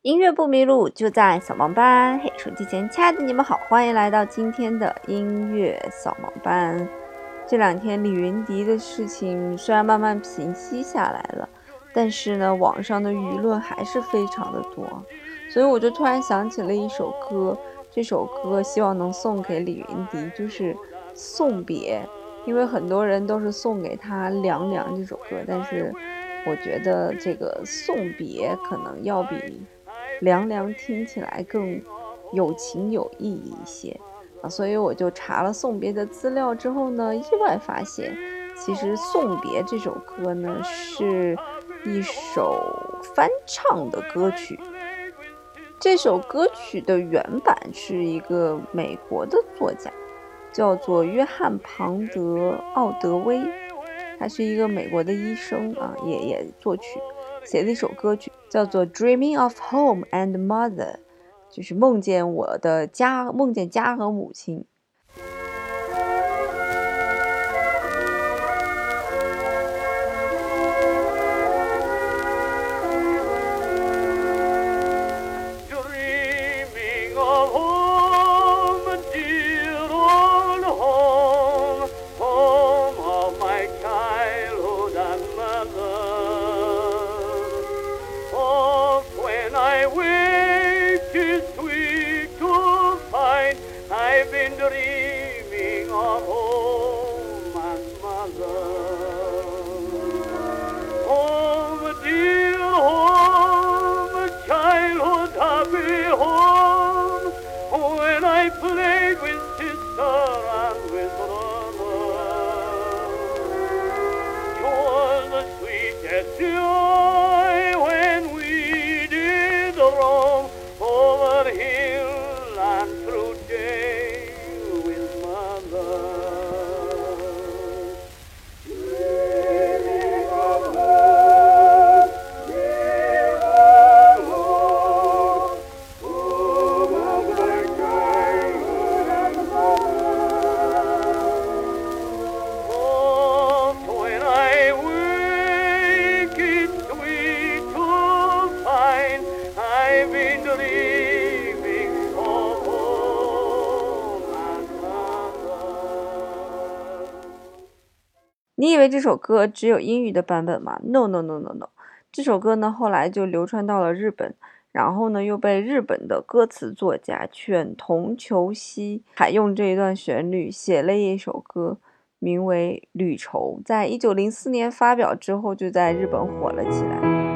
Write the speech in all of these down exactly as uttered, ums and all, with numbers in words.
音乐不迷路，就在扫盲班。嘿，手机前亲爱的你们好，欢迎来到今天的音乐扫盲班。这两天李云迪的事情虽然慢慢平息下来了，但是呢，网上的舆论还是非常的多，所以我就突然想起了一首歌，这首歌希望能送给李云迪，就是《送别》，因为很多人都是送给他《凉凉》这首歌，但是我觉得这个送别可能要比凉凉听起来更有情有义一些啊，所以我就查了送别的资料之后呢，意外发现其实送别这首歌呢是一首翻唱的歌曲。这首歌曲的原版是一个美国的作家，叫做约翰庞德奥德威，他是一个美国的医生啊，也也作曲写的一首歌曲，叫做 Dreaming of Home and Mother， 就是梦见我的家，梦见家和母亲。你以为这首歌只有英语的版本吗？ No No No No No， 这首歌呢后来就流传到了日本，然后呢又被日本的歌词作家犬童球希采用这一段旋律写了一首歌，名为《旅愁》，在一九零四年发表之后就在日本火了起来。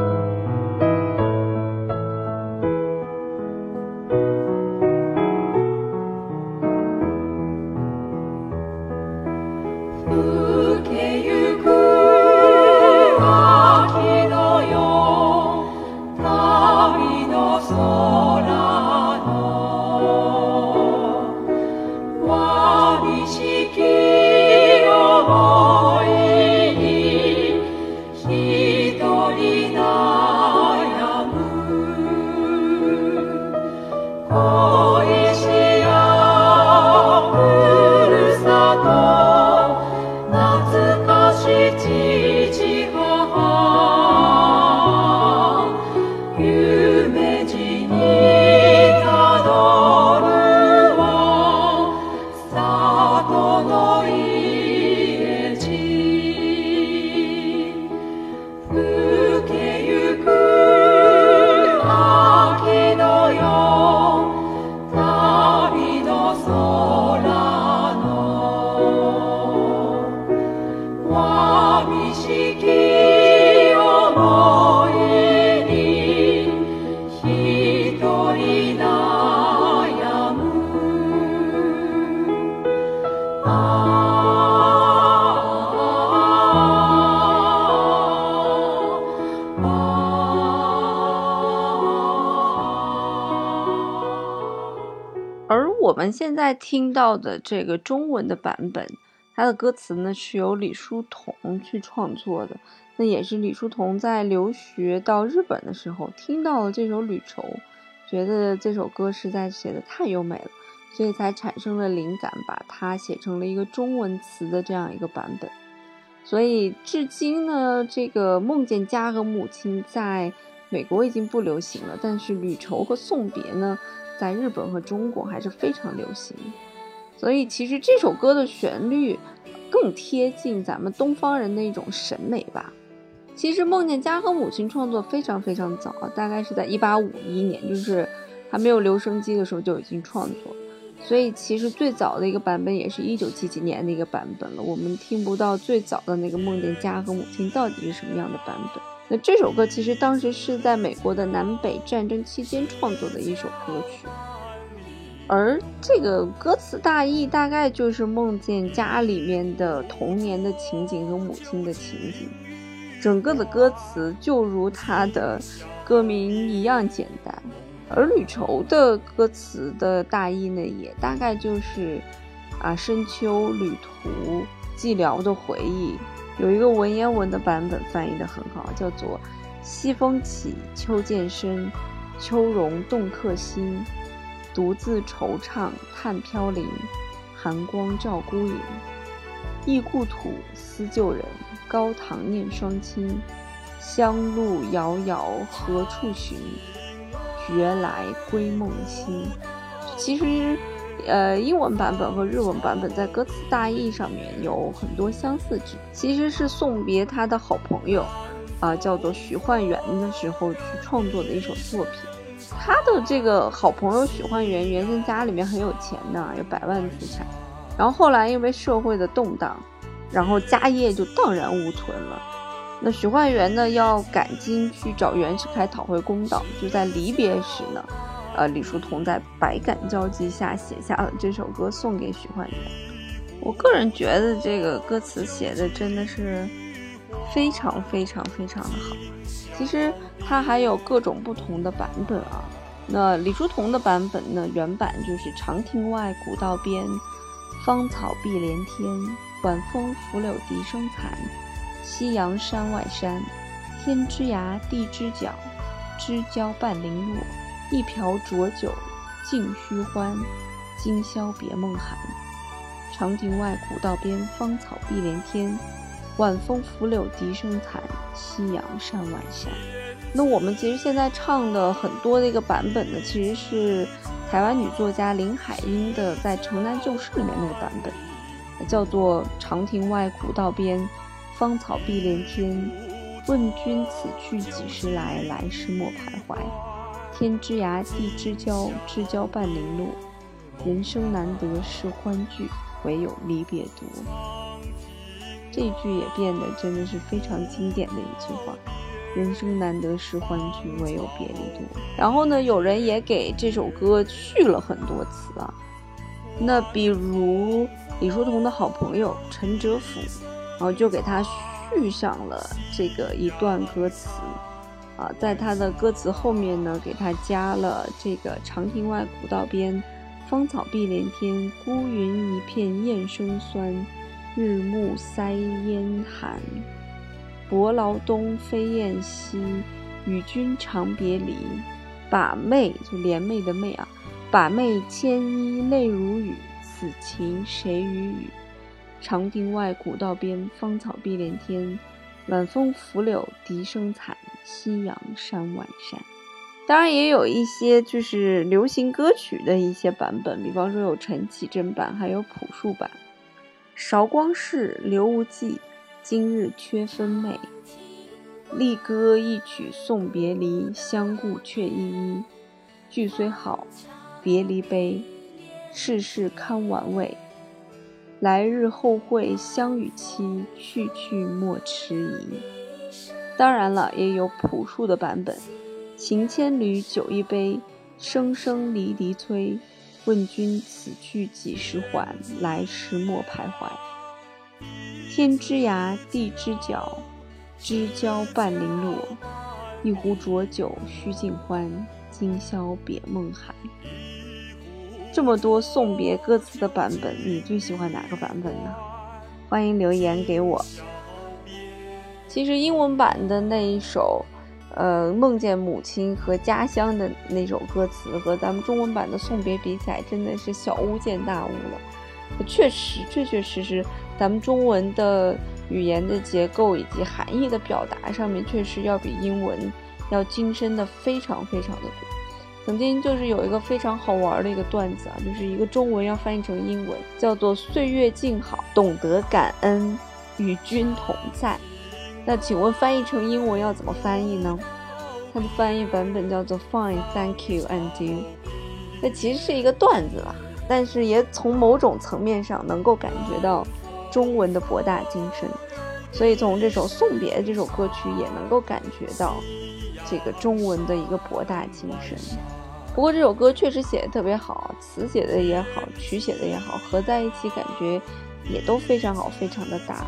而我们现在听到的这个中文的版本，它的歌词呢是由李叔同去创作的，那也是李叔同在留学到日本的时候听到了这首《旅愁》，觉得这首歌实在写得太优美了，所以才产生了灵感，把它写成了一个中文词的这样一个版本。所以至今呢，这个梦见家和母亲在美国已经不流行了，但是旅愁和送别呢，在日本和中国还是非常流行。所以其实这首歌的旋律更贴近咱们东方人的一种审美吧。其实梦见家和母亲创作非常非常早，大概是在一八五一年，就是还没有留声机的时候就已经创作，所以其实最早的一个版本也是一九七几年的一个版本了，我们听不到最早的那个梦见家和母亲到底是什么样的版本。那这首歌其实当时是在美国的南北战争期间创作的一首歌曲，而这个歌词大意大概就是梦见家里面的童年的情景和母亲的情景，整个的歌词就如它的歌名一样简单。而旅愁的歌词的大意呢，也大概就是啊，深秋旅途寂寥的回忆。有一个文言文的版本翻译得很好，叫做西风起，秋渐深，秋容动客心，独自惆怅叹飘零，寒光照孤影。忆故土思旧人，高堂念双亲，乡路遥遥何处寻，觉来归梦心。其实呃，英文版本和日文版本在歌词大意上面有很多相似之处，其实是送别他的好朋友啊、呃，叫做许幻园的时候去创作的一首作品。他的这个好朋友许幻园原先家里面很有钱的，有百万资产，然后后来因为社会的动荡，然后家业就荡然无存了。那许幻园呢要赶京去找袁世凯讨回公道，就在离别时呢呃，李叔同在百感交集下写下了这首歌送给许幻园。我个人觉得这个歌词写的真的是非常非常非常的好。其实它还有各种不同的版本啊。那李叔同的版本呢，原版就是长亭外古道边，芳草碧连天，晚风拂柳笛声残，夕阳山外山，天之涯地之角，知交半零落，一瓢浊酒尽须欢，今宵别梦寒。长亭外古道边，芳草碧连天，晚风拂柳笛声残，夕阳山外山。那我们其实现在唱的很多的一个版本呢，其实是台湾女作家林海音的在《城南旧事》里面那个版本，叫做长亭外古道边，芳草碧连天，问君此去几时来，来时莫徘徊。天之涯地之角，知交半零落，人生难得是欢聚，唯有离别多。这一句也变得真的是非常经典的一句话，人生难得是欢聚，唯有别离多。然后呢，有人也给这首歌续了很多词啊，那比如李叔同的好朋友陈哲甫，然后就给他续上了这个一段歌词啊，在他的歌词后面呢，给他加了这个长亭外古道边，芳草碧连天，孤云一片雁声酸，日暮塞烟寒。伯劳东飞雁西，与君长别离。把妹就联袂的妹啊，把妹牵衣泪如雨，此情谁与语？长亭外古道边，芳草碧连天，晚风拂柳笛声残，夕阳山外山。当然也有一些就是流行歌曲的一些版本，比方说有陈绮贞版，还有朴树版。韶光逝，留无迹，今日缺分妹。丽歌一曲送别离，相顾却依依。聚虽好，别离悲，世事堪玩味。来日后会相与期，去去莫迟疑。当然了，也有朴树的版本。行千里酒一杯，声声离离催。问君此去几时还，来时莫徘徊。天之涯地之角，知交半零落。一壶浊酒须尽欢，今宵别梦寒。这么多送别歌词的版本，你最喜欢哪个版本呢？欢迎留言给我。其实英文版的那一首呃，梦见母亲和家乡的那首歌词和咱们中文版的送别比起来，真的是小巫见大巫了。确实确确实实咱们中文的语言的结构以及含义的表达上面，确实要比英文要精深的非常非常的多。曾经就是有一个非常好玩的一个段子啊，就是一个中文要翻译成英文，叫做岁月静好，懂得感恩，与君同在。那请问翻译成英文要怎么翻译呢？它的翻译版本叫做 Fine, thank you and you。 这其实是一个段子啦，但是也从某种层面上能够感觉到中文的博大精深，所以从这首送别这首歌曲也能够感觉到这个中文的一个博大精深。不过这首歌确实写得特别好，词写的也好，曲写的也好，合在一起感觉也都非常好，非常的搭。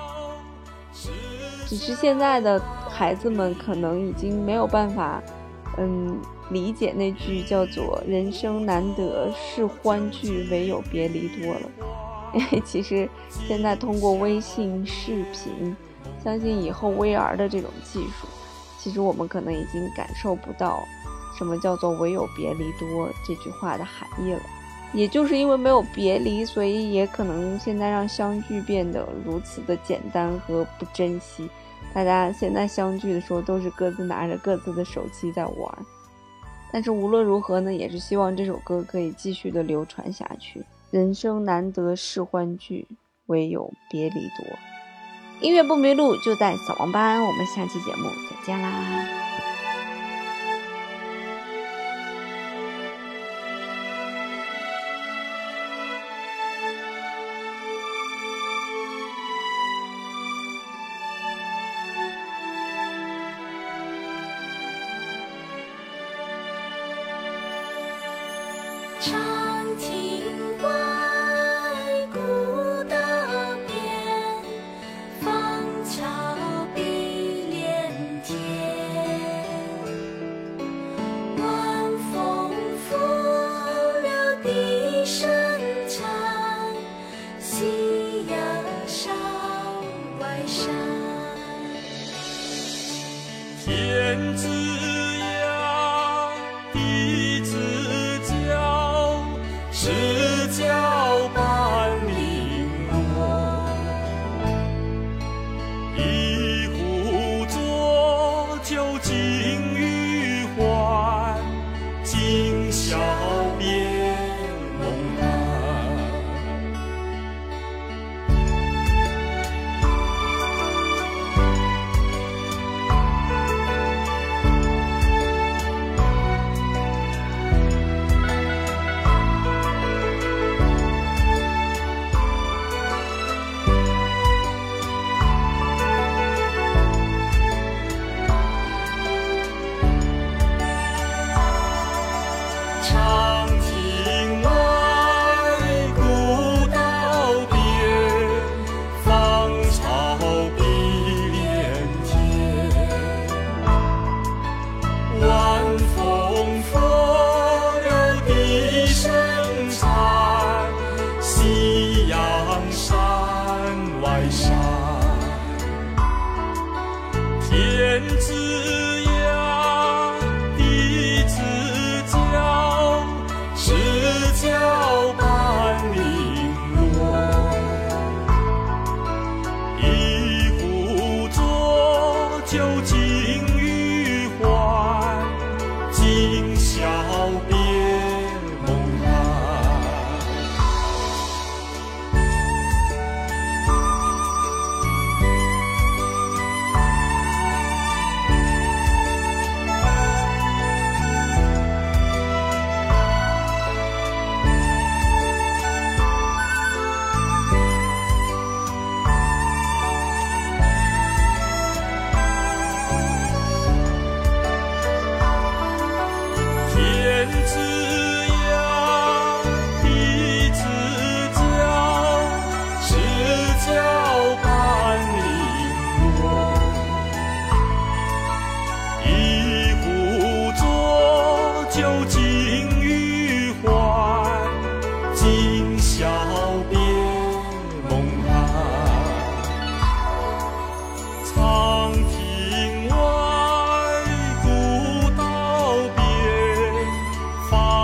只是现在的孩子们可能已经没有办法嗯，理解那句叫做人生难得是欢聚，唯有别离多了。因为其实现在通过微信视频，相信以后 V R 的这种技术，其实我们可能已经感受不到什么叫做唯有别离多这句话的含义了。也就是因为没有别离，所以也可能现在让相聚变得如此的简单和不珍惜。大家现在相聚的时候都是各自拿着各自的手机在玩。但是无论如何呢，也是希望这首歌可以继续的流传下去。人生难得是欢聚，唯有别离多。音乐不迷路就在扫盲班，我们下期节目再见啦。 长亭外，古道边，芳草碧连天。晚风拂柳笛声残，夕阳山外山。 天之涯，地之角，是交半零落。一壶浊酒尽余欢，今宵别梦寒。长亭外，古道边，芳草碧连天。晚风拂柳笛声残，夕阳山外山。天之涯，地之角，是交半零落。一壶浊酒尽余欢，今宵别梦寒。天之涯，地之角，是交半零落。一壶浊酒尽余欢，今宵别梦寒。长亭外，古道边，芳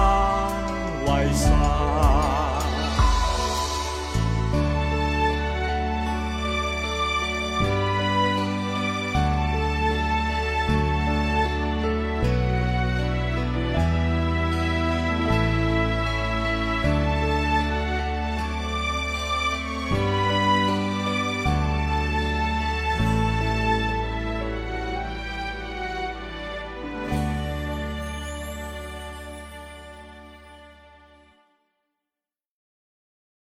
来。